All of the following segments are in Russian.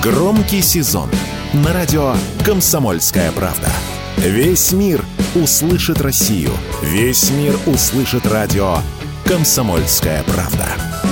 Громкий сезон на радио «Комсомольская правда». Весь мир услышит Россию. Весь мир услышит радио «Комсомольская правда».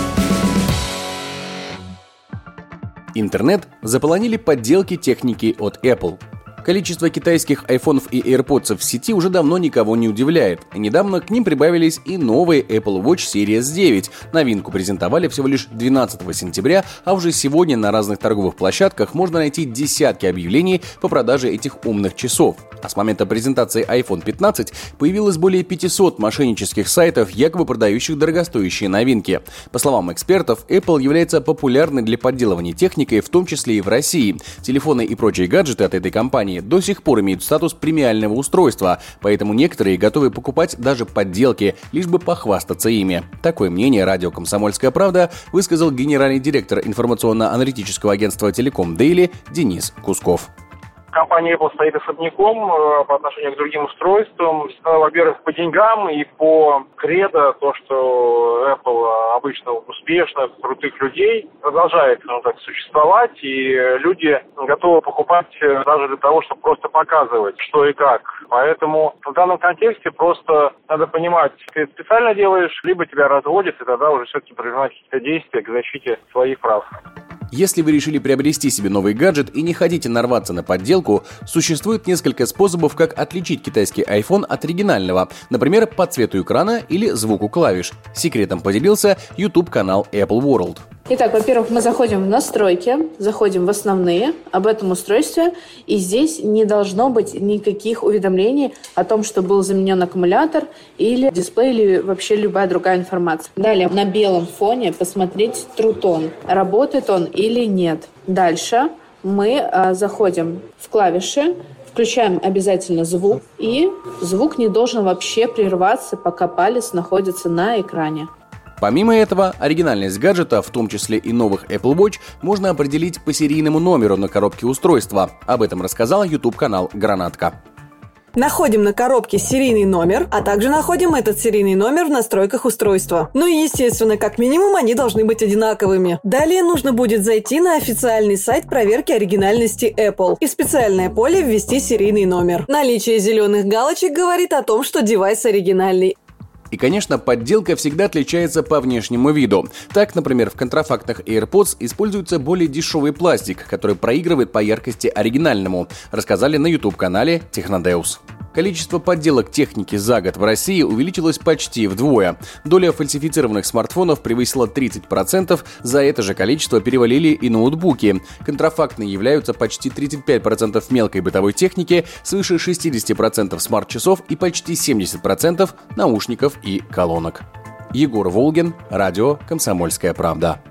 Интернет заполонили подделки техники от Apple. Количество китайских айфонов и AirPods в сети уже давно никого не удивляет. Недавно к ним прибавились и новые Apple Watch Series 9. Новинку презентовали всего лишь 12 сентября, а уже сегодня на разных торговых площадках можно найти десятки объявлений по продаже этих умных часов. А с момента презентации iPhone 15 появилось более 500 мошеннических сайтов, якобы продающих дорогостоящие новинки. По словам экспертов, Apple является популярной для подделывания техникой, в том числе и в России. Телефоны и прочие гаджеты от этой компании до сих пор имеют статус премиального устройства, поэтому некоторые готовы покупать даже подделки, лишь бы похвастаться ими. Такое мнение радио «Комсомольская правда» высказал генеральный директор информационно-аналитического агентства «Телеком Дейли» Денис Кусков. Компания Apple стоит особняком по отношению к другим устройствам. Во-первых, по деньгам и по кредо, то, что Apple обычно успешных, крутых людей продолжает, существовать, и люди готовы покупать даже для того, чтобы просто показывать, что и как. Поэтому в данном контексте просто надо понимать, ты специально делаешь, либо тебя разводят, и тогда уже все-таки принимать какие-то действия к защите своих прав. Если вы решили приобрести себе новый гаджет и не хотите нарваться на подделку, существует несколько способов, как отличить китайский iPhone от оригинального, например, по цвету экрана или звуку клавиш. Секретом поделился YouTube-канал Apple World. Итак, во-первых, мы заходим в настройки, заходим в основные об этом устройстве, и здесь не должно быть никаких уведомлений о том, что был заменен аккумулятор или дисплей, или вообще любая другая информация. Далее, на белом фоне посмотреть True Tone, работает он или нет. Дальше мы заходим в клавиши, включаем обязательно звук, и звук не должен вообще прерваться, пока палец находится на экране. Помимо этого, оригинальность гаджета, в том числе и новых Apple Watch, можно определить по серийному номеру на коробке устройства. Об этом рассказал YouTube-канал «Гранатка». Находим на коробке серийный номер, а также находим этот серийный номер в настройках устройства. Ну и, естественно, как минимум они должны быть одинаковыми. Далее нужно будет зайти на официальный сайт проверки оригинальности Apple и в специальное поле ввести серийный номер. Наличие зеленых галочек говорит о том, что девайс оригинальный. И, конечно, подделка всегда отличается по внешнему виду. Так, например, в контрафактных AirPods используется более дешевый пластик, который проигрывает по яркости оригинальному, рассказали на YouTube-канале Технодеус. Количество подделок техники за год в России увеличилось почти вдвое. Доля фальсифицированных смартфонов превысила 30%, за это же количество перевалили и ноутбуки. Контрафактные являются почти 35% мелкой бытовой техники, свыше 60% смарт-часов и почти 70% наушников и колонок. Егор Волгин, радио «Комсомольская правда».